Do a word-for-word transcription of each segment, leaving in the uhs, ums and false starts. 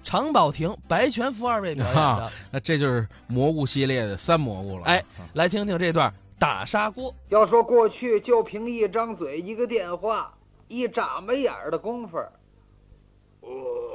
常宝霆、白全福二位表演的。 啊、那这就是蘑菇系列的三蘑菇了。 哎，来听听这段打砂锅。 要说过去就凭一张嘴、一个电话、一眨巴眼儿的功夫， 哇、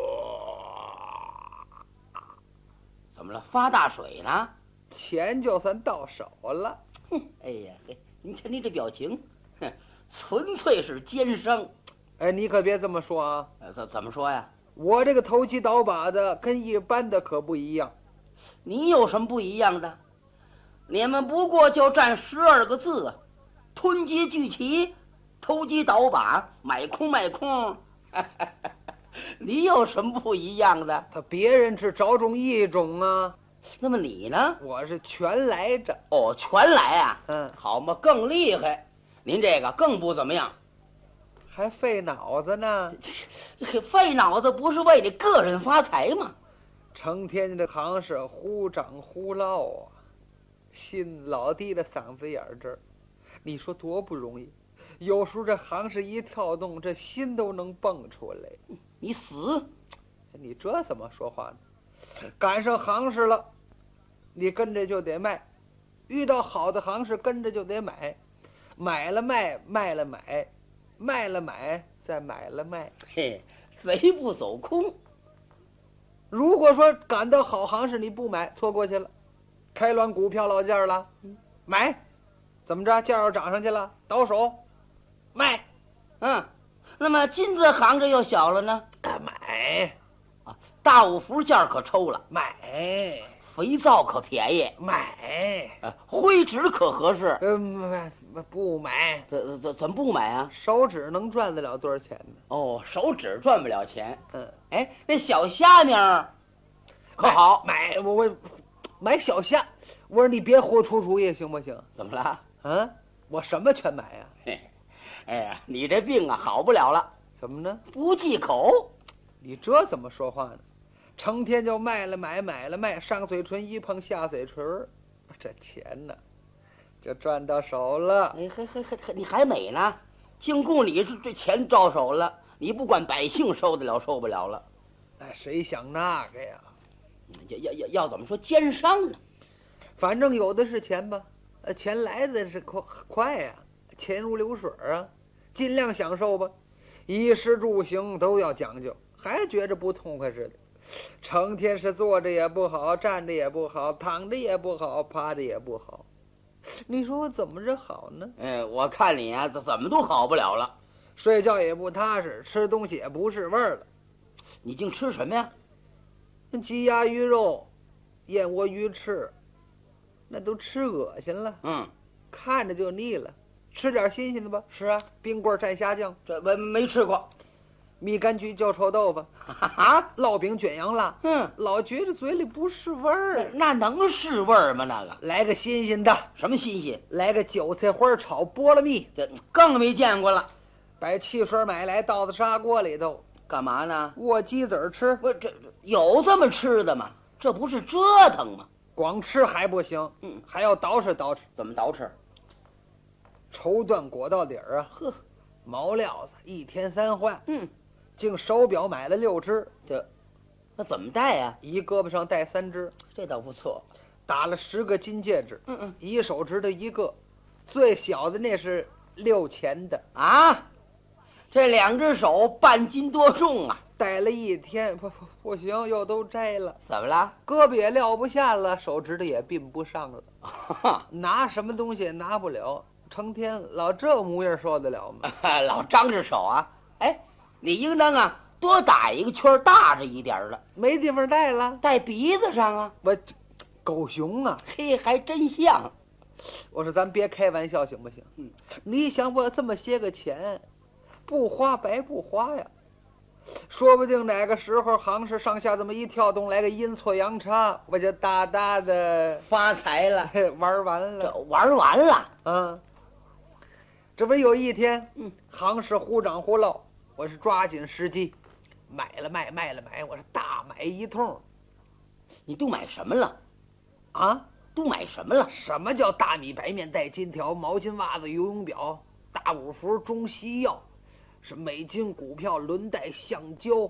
怎么了？发大水呢？ 钱就算到手了。 哼，哎呀，嘿，您瞧您这表情，哼，纯粹是奸商。 哎，你可别这么说啊！ 呃，怎怎么说呀？ 我这个投机倒把的跟一般的可不一样。 你有什么不一样的？你们不过就占十二个字：吞劫聚齐，投机倒把，买空卖空。你有什么不一样的？ 他别人只着重一种啊， 那么你呢？ 我是全来着。 哦，全来啊！ 嗯， 好嘛，更厉害。您这个更不怎么样， 还费脑子呢。 费脑子不是为你个人发财吗？ 成天这行是忽涨忽落啊，心老弟的嗓子眼儿这儿，你说多不容易。有时候这行是一跳动，这心都能蹦出来。 你死！ 你这怎么说话呢？赶上行市了，你跟着就得卖；遇到好的行市，跟着就得买。买了卖，卖了买，卖了买，再买了卖。 嘿，贼不走空。 如果说赶到好行市你不买，错过去了。开滦股票落价了，买，怎么着？价要涨上去了，倒手，卖， 嗯，那么金子行着又小了呢？ 买， 啊，大五福价可抽了， 买， 肥皂可便宜， 买， 啊，灰纸可合适。 嗯，不买。 怎怎怎么不买啊？ 手指能赚得了多少钱呢？ 哦，手指赚不了钱。 嗯， 哎，那小虾米儿可好？ 买我我买小虾。我说你别胡出主意行不行？ 怎么了？ 啊，我什么全买呀、 嘿，哎呀，你这病啊好不了了。 怎么呢？ 不忌口。 你这怎么说话呢？成天就卖了买，买了卖，上嘴唇一碰下嘴唇，这钱呢，就赚到手了。 哎，还还还还，你还美呢？净顾你这这钱招手了，你不管百姓受得了受不了了。 哎，谁想那个呀？ 要要要要怎么说奸商呢？ 反正有的是钱吧，呃，钱来的是快快呀、啊，钱如流水啊，尽量享受吧，衣食住行都要讲究，还觉着不痛快似的。成天是坐着也不好，站着也不好，躺着也不好，趴着也不好。你说我怎么着好呢？ 哎，我看你啊，怎怎么都好不了了。 睡觉也不踏实，吃东西也不是味儿了。 你净吃什么呀？ 鸡鸭鱼肉，燕窝鱼翅，那都吃恶心了。 嗯， 看着就腻了。吃点新鲜的吧。 是啊， 冰棍蘸虾酱， 这没没吃过。 蜜柑橘叫臭豆腐， 啊， 烙饼卷羊腊， 嗯， 老觉得嘴里不是味儿。 那能是味儿吗？那个来个新鲜的， 什么新鲜？ 来个韭菜花炒菠萝蜜， 这更没见过了。 把汽水买来倒在砂锅里头， 干嘛呢？ 握鸡子儿吃。 不，这有这么吃的吗？这不是折腾吗？ 光吃还不行， 嗯， 还要捯饬捯饬。 怎么捯饬？ 绸缎裹到底儿啊， 呵， 毛料子一天三换。 嗯， 净手表买了六只， 这那怎么戴呀、啊？ 一胳膊上戴三只， 这倒不错。 打了十个金戒指， 嗯嗯， 一手指的一个，最小的那是六钱的啊。这两只手半斤多重啊！ 戴了一天，不不不行，又都摘了。 怎么了？ 胳膊也撂不下了，手指头也并不上了，拿什么东西也拿不了，成天老这模样受得了吗？ 老张着手啊！哎，你应当啊多打一个圈，大着一点的。 没地方戴了， 戴鼻子上啊！ 我狗熊啊！ 嘿，还真像。 我说咱别开玩笑行不行？ 嗯， 你想我这么些个钱，不花白不花呀。说不定哪个时候行市上下这么一跳动，来个阴错阳差，我就大大的发财了， 玩完了， 这玩完了。 啊，这不是有一天， 嗯， 行市忽涨忽落，我是抓紧时机，买了卖，卖了买，我是大买一通。 你都买什么了？ 啊， 都买什么了？ 什么叫大米白面带金条、毛巾袜子、游泳表、大五福、中西药？是美金股票、轮带橡胶、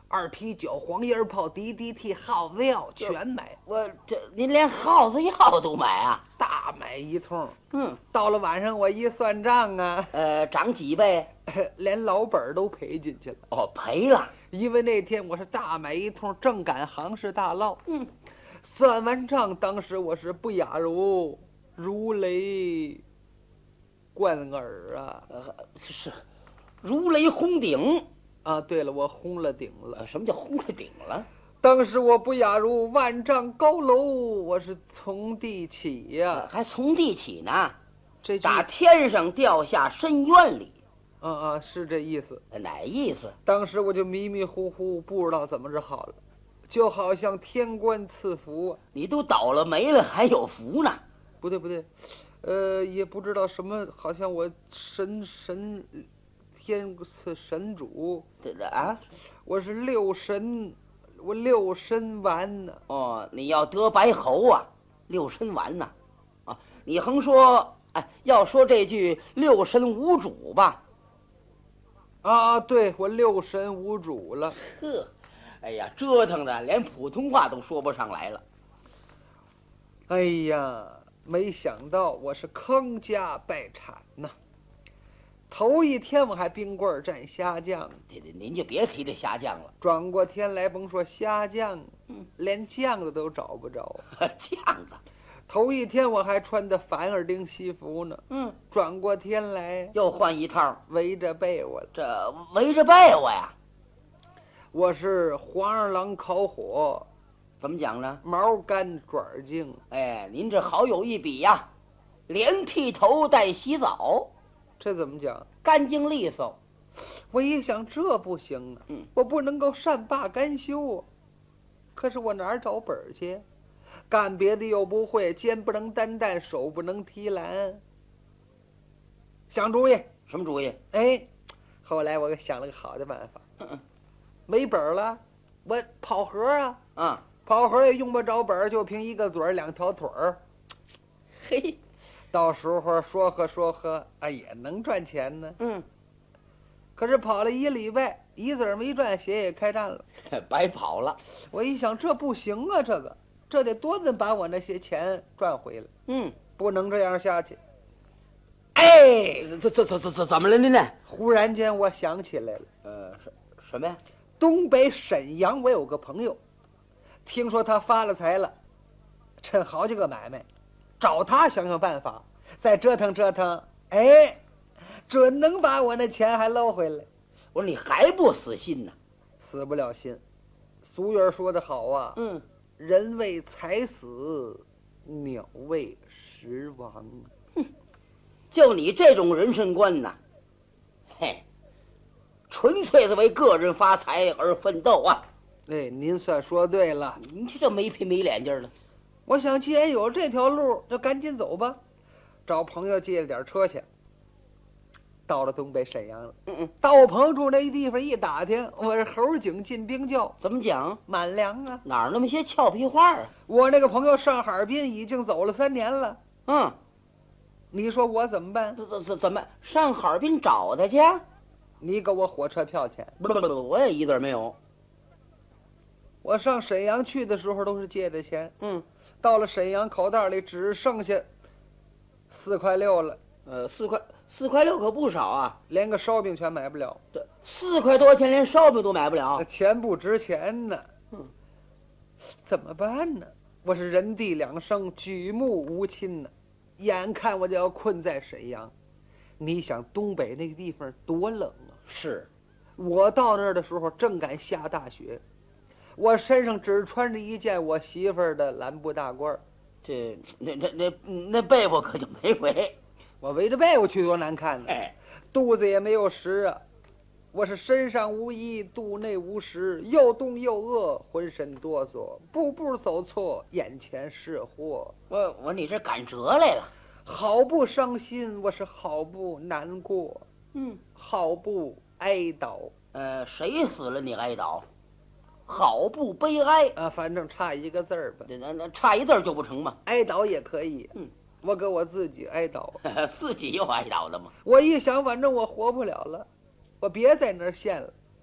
二啤酒、黄叶炮、D D T、耗子药全买， 我这您连耗子药都买啊？ 大买一通。 嗯， 到了晚上我一算账啊， 呃，涨几倍？ 连老本儿都赔进去了。 哦，赔了。 因为那天我是大买一通，正赶行市大捞。 嗯， 算完账，当时我是不雅如如雷贯耳啊！ 呃，是如雷轰顶啊，对了，我轰了顶了。 呃，什么叫轰了顶了？ 当时我不亚如万丈高楼，我是从地起呀、 呃还从地起呢， 这句打天上掉下深渊里。 啊啊，是这意思。 呃哪意思？ 当时我就迷迷糊糊，不知道怎么着好了，就好像天官赐福啊。 你都倒了霉了，还有福呢？ 不对不对，呃，也不知道什么，好像我神神天赐神主， 这这啊？ 我是六神，我六神丸呢。 哦，你要得白喉啊，六神丸呐、啊，你横说，哎，要说这句六神无主吧？ 啊，对，我六神无主了。 呵，哎呀，折腾的连普通话都说不上来了。 哎呀，没想到我是坑家败产呐！头一天我还冰棍蘸虾酱， 这这您就别提这虾酱了， 转过天来甭说虾酱， 嗯， 连酱子都找不着。 酱子， 头一天我还穿的反耳钉西服呢， 嗯， 转过天来又换一套， 围着被窝了。 这围着被窝呀？ 我是黄二郎烤火， 怎么讲呢？ 毛干爪净。 哎，您这好有一比呀，连剃头带洗澡， 这怎么讲？ 干净利索。 我一想，这不行啊， 嗯， 我不能够善罢甘休啊。可是我哪儿找本儿去？干别的又不会，肩不能担担，手不能提篮。想主意， 什么主意？ 哎，后来我想了个好的办法。 嗯没本儿了，我跑河啊， 啊， 跑河也用不着本儿，就凭一个嘴儿两条腿儿。 嘿， 到时候说和说和，啊，也能赚钱呢。 嗯， 可是跑了一礼拜，一子儿没赚，鞋也开战了。 白跑了。 我一想，这不行啊，这个这得多怎把我那些钱赚回来， 嗯， 不能这样下去。哎， 怎怎怎怎怎怎么了您呢？ 忽然间我想起来了， 呃，什什么呀？ 东北沈阳我有个朋友，听说他发了财了，趁好几个买卖，找他想想办法，再折腾折腾，哎，准能把我那钱还捞回来。 我说你还不死心呢？ 死不了心。俗语说得好啊， 嗯， 人为财死，鸟为食亡。 就你这种人生观呐，嘿，纯粹是为个人发财而奋斗啊！ 哎，您算说对了。 你这这没皮没脸劲儿的。 我想，既然有这条路，就赶紧走吧。找朋友借了点车钱，到了东北沈阳了。 嗯嗯， 到我朋友住那地方一打听，我是猴井进兵教， 怎么讲？ 满粮啊！ 哪儿那么些俏皮话啊？ 我那个朋友上哈尔滨已经走了三年了， 嗯， 你说我怎么办？ 怎怎怎怎么上哈尔滨找他去？ 你给我火车票钱。 不不不，我也一字没有。 我上沈阳去的时候都是借的钱， 嗯， 到了沈阳口袋里只剩下四块六了， 呃，四块四块六可不少啊， 连个烧饼全买不了， 这四块多钱连烧饼都买不了。 钱不值钱呢。 嗯， 怎么办呢？我是人地两生，举目无亲呢，眼看我就要困在沈阳。你想东北那个地方多冷啊！ 是， 我到那儿的时候正赶下大雪，我身上只穿着一件我媳妇儿的蓝布大褂， 这那那那那被窝可就没围。 我围着被窝去多难看呢！ 哎， 肚子也没有食啊，我是身上无衣，肚内无食，又冻又饿，浑身哆嗦，步步走错，眼前是祸。 我我你这赶折来了。 好不伤心，我是好不难过， 嗯， 好不哀悼。 呃，谁死了你哀悼？好不悲哀啊，反正差一个字儿吧。 那那那差一字儿就不成嘛。 哀悼也可以。 嗯， 我给我自己哀悼。 自己又哀悼的嘛。 我一想，反正我活不了了，我别在那儿现了。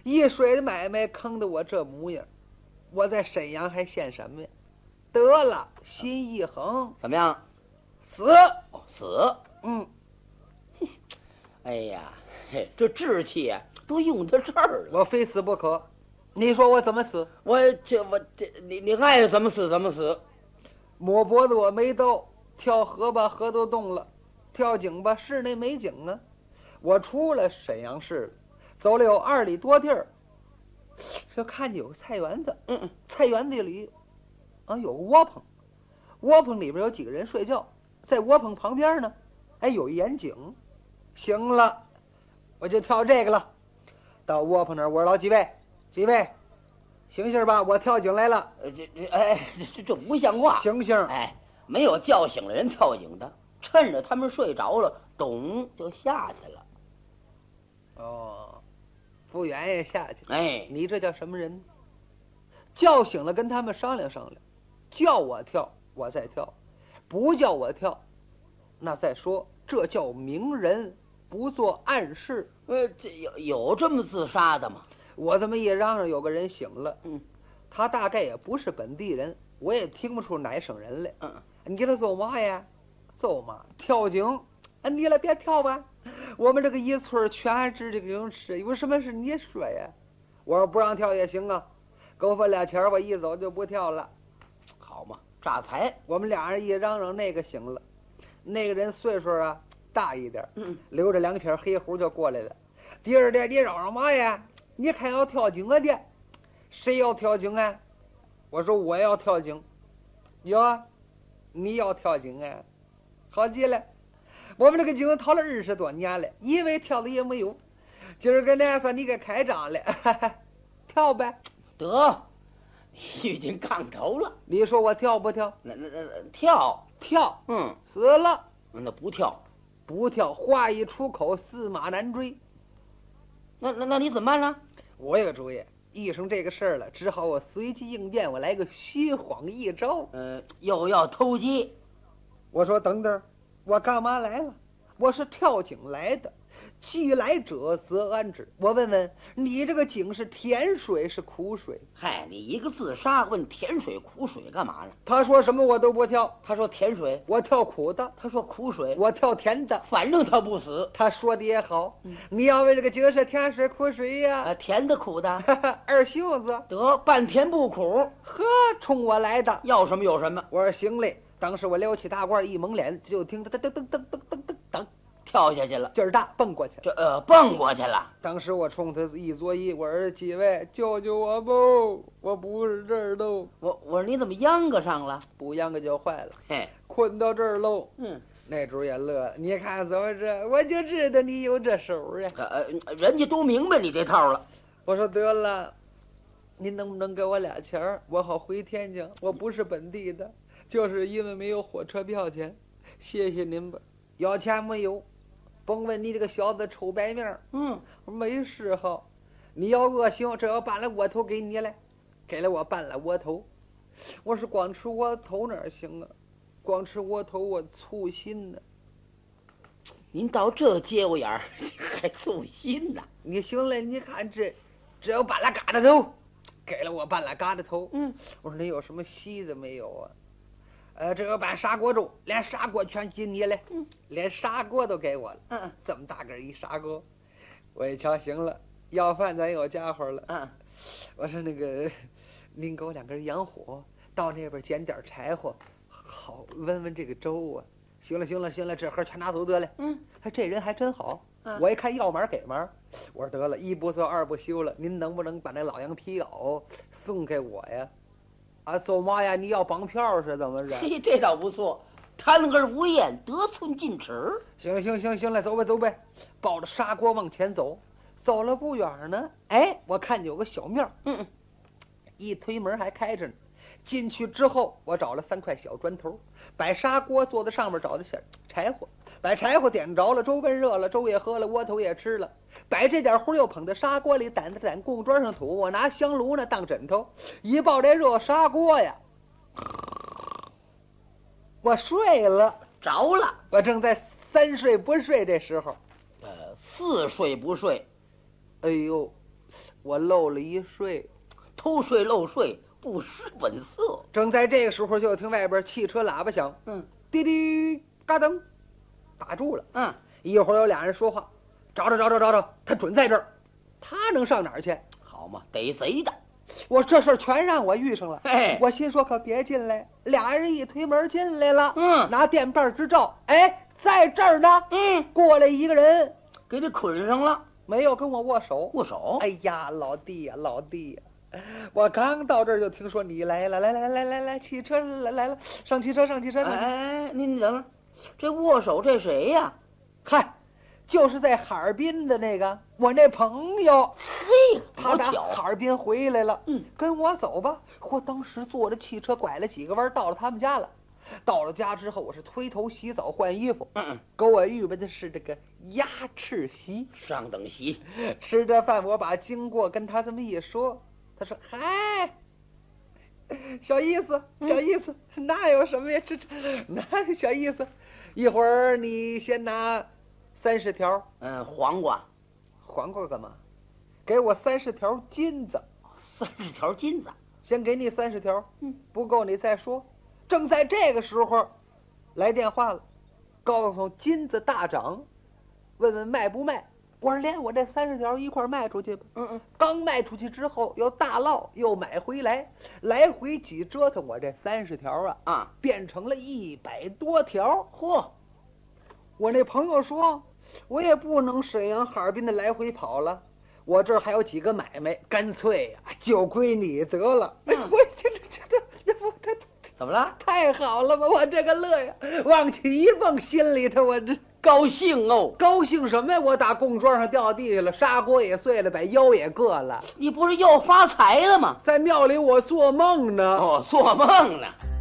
一水的买卖坑得我这模样，我在沈阳还显什么呀？得了，心一横， 怎么样？ 死！ 哦，死。 嗯， 哎呀，嘿，这志气啊，都用到这儿了。 我非死不可。你说我怎么死？ 我这我这你你爱怎么死怎么死。 摸脖子我没刀，跳河吧河都动了，跳井吧市内没井啊。我出了沈阳市，走了有二里多地儿，就看见有个菜园子。 嗯嗯， 菜园子里啊有个窝棚，窝棚里边有几个人睡觉，在窝棚旁边呢，哎有一眼井。行了，我就跳这个了。到窝棚那儿，我说老几位，几位，醒醒吧，我跳井来了。 呃这这哎这这不像话。 醒醒！ 哎，没有叫醒了人跳井的，趁着他们睡着了，咚就下去了。 哦，不愿意下去。 哎， 你这叫什么人？叫醒了跟他们商量商量，叫我跳我再跳，不叫我跳，那再说，这叫明人不做暗事。 呃，这有有这么自杀的吗？ 我这么一嚷嚷，有个人醒了， 嗯， 他大概也不是本地人，我也听不出哪省人来。 嗯， 你给他走嘛呀？走嘛，跳井。啊，你来别跳吧，我们这个一村全知这个泳池，有什么事你说呀？我说不让跳也行啊，给我分俩钱，我一走就不跳了。 好嘛，诈财。 我们俩人一嚷嚷，那个醒了，那个人岁数啊大一点， 嗯， 留着两撇黑胡就过来了。第二天你嚷嚷嘛呀？你看要跳井啊的，谁要跳井啊？我说我要跳井。哟，你要跳井啊？好极了。我们这个井掏了二十多年了，一位跳的也没有。今儿个呢，算你给开张了，哈哈，跳呗。 得，已经杠头了。 你说我跳不跳？ 那那那跳跳。 嗯， 死了。 那不跳， 不跳，话一出口，驷马难追。 那那那你怎么办呢？ 我有个主意，遇上这个事儿了，只好我随机应变，我来个虚晃一招。 呃，又要偷鸡。 我说等等。我干嘛来了？我是跳井来的，既来者则安之。我问问你，这个井是甜水是苦水？ 嗨，你一个自杀问甜水苦水干嘛呢？ 他说什么我都不跳。 他说甜水， 我跳苦的； 他说苦水， 我跳甜的。 反正他不死。 他说的也好， 嗯、 你要问这个井是甜水苦水呀、 啊？甜的苦的， 二袖子得半甜不苦。 呵，冲我来的， 要什么有什么。 我说行嘞。当时我撩起大褂一蒙脸，就听噔噔噔噔噔噔噔噔， 跳下去了， 劲儿大，蹦过去了。 这呃，蹦过去了。 当时我冲他一作揖，我说几位救救我不，我不是这儿喽。 我我说你怎么秧歌上了？ 不秧歌就坏了， 嘿， 困到这儿喽。 嗯， 那主也乐了，你看怎么着，我就知道你有这手啊。 呃，人家都明白你这套了。 我说得了，您能不能给我俩钱儿，我好回天津，我不是本地的。就是因为没有火车票钱，谢谢您吧。要钱没有？甭问你这个小子臭白面。 嗯， 没嗜好。你要恶行，这要办了窝头给你来，给了我办了窝头。我是光吃窝头哪行啊？光吃窝头我粗心呢。 您到这节骨眼儿还粗心呢？ 你行了，你看这，这要办了疙瘩头，给了我办了疙瘩头。 嗯， 我说你有什么稀的没有啊？呃，这个办砂锅粥，连砂锅全给你了， 嗯， 连砂锅都给我了， 嗯， 这么大个一砂锅，我一瞧行了，要饭咱有家伙了， 嗯， 我说那个，您给我两根洋火，到那边捡点柴火，好温温这个粥啊。行了行了行了，这盒全拿走得了。 嗯， 他这人还真好， 嗯， 我一看要门给门，我说得了，一不做二不休了，您能不能把那老羊皮袄送给我呀？啊，走嘛呀？你要绑票是怎么着？ 嘿，这倒不错，贪而无厌，得寸进尺。 行行行行了，走呗走呗，抱着砂锅往前走，走了不远呢，哎，我看见有个小庙， 嗯， 一推门还开着呢。进去之后，我找了三块小砖头，摆砂锅坐在上面，找的些柴火，把柴火点着了，粥奔热了，粥也喝了，窝头也吃了，摆这点壶又捧在砂锅里，掸着掸供砖上土，我拿香炉呢当枕头，一抱这热砂锅呀，我睡了， 着了。 我正在三睡不睡这时候， 呃，四睡不睡。 哎呦， 我漏了一睡， 偷税漏税，不识本色。 正在这个时候，就听外边汽车喇叭响， 嗯， 滴滴嘎噔，打住了。 嗯， 一会儿有俩人说话，找找找找找找，他准在这儿，他能上哪儿去？ 好嘛，逮贼的。 我这事儿全让我遇上了。 哎， 我心说可别进来。俩人一推门进来了， 嗯， 拿电棒直照，哎，在这儿呢。 嗯， 过来一个人， 给你捆上了， 没有跟我握手。 握手。 哎呀，老弟呀，老弟呀！我刚到这儿就听说你来了，来来来来来，汽车来来了，上汽车上汽车。 哎，您你等会儿，这握手这谁呀？ 嗨，就是在哈尔滨的那个我那朋友。 嘿， 他打巧哈尔滨回来了， 嗯， 跟我走吧。我当时坐着汽车拐了几个弯，到了他们家了。到了家之后，我是推头洗澡换衣服， 嗯， 给我预备的是这个鸭翅席， 上等席。 吃着饭，我把经过跟他这么一说，他说：“嗨，小意思，小意思，嗯、那有什么呀？这这那小意思。一会儿你先拿三十条， 嗯，黄瓜， 黄瓜干嘛？给我三十条金子， 三十条金子， 先给你三十条， 嗯， 不够你再说。”正在这个时候，来电话了，告诉金子大涨，问问卖不卖。我说连我这三十条一块卖出去吧。 嗯嗯， 刚卖出去之后，又大落又买回来，来回几折腾，我这三十条啊啊变成了一百多条。 嚯！ 我那朋友说，我也不能沈阳哈尔滨的来回跑了，我这儿还有几个买卖，干脆呀、啊、就归你得了。 嗯、 哎，我这这这这不他。 怎么了？ 太好了吧！我这个乐呀，往起一蹦，心里头我这高兴哦！ 高兴什么呀？我打供桌上掉地下了，砂锅也碎了，把腰也硌了。 你不是又发财了吗？ 在庙里我做梦呢。 哦，做梦呢。